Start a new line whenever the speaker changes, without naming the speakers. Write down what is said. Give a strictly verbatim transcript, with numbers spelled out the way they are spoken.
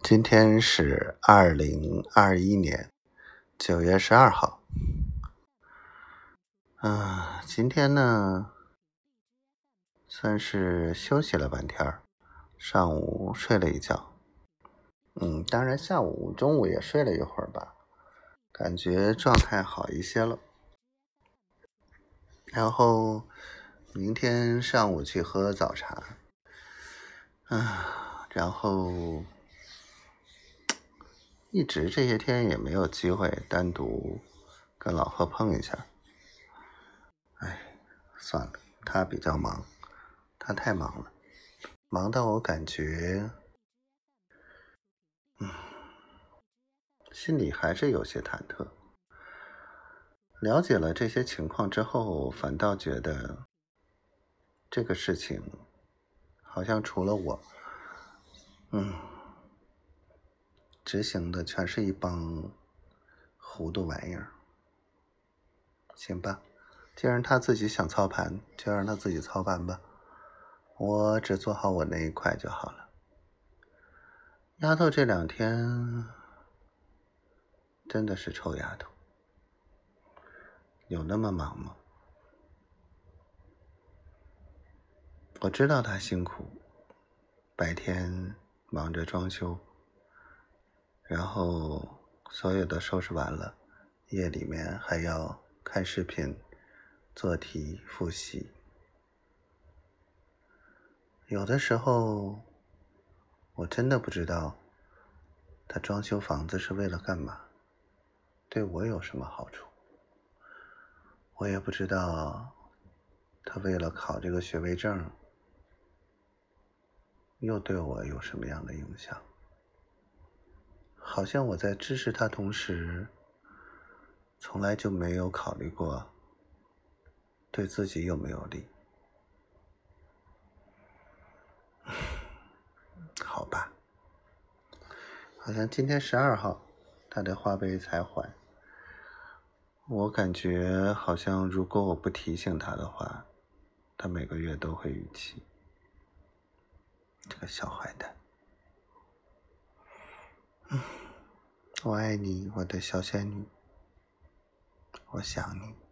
今天是二零二一年九月十二号。啊，今天呢，算是休息了半天，上午睡了一觉。嗯，当然下午、中午也睡了一会儿吧，感觉状态好一些了。然后明天上午去喝早茶。啊，然后一直这些天也没有机会单独跟老婆碰一下。哎，算了，他比较忙，他太忙了，忙到我感觉，嗯，心里还是有些忐忑。了解了这些情况之后，反倒觉得这个事情好像除了我，嗯，执行的全是一帮糊涂玩意儿。行吧，既然他自己想操盘，就让他自己操盘吧，我只做好我那一块就好了。丫头这两天真的是臭丫头，有那么忙吗？我知道她辛苦，白天忙着装修，然后所有的收拾完了，夜里面还要看视频、做题、复习。有的时候我真的不知道她装修房子是为了干嘛，对我有什么好处。我也不知道她为了考这个学位证又对我有什么样的影响。好像我在支持他同时，从来就没有考虑过对自己有没有利。好吧，好像今天十二号他的花呗才还，我感觉好像如果我不提醒他的话，他每个月都会逾期。这个小坏蛋。嗯，我爱你，我的小仙女，我想你。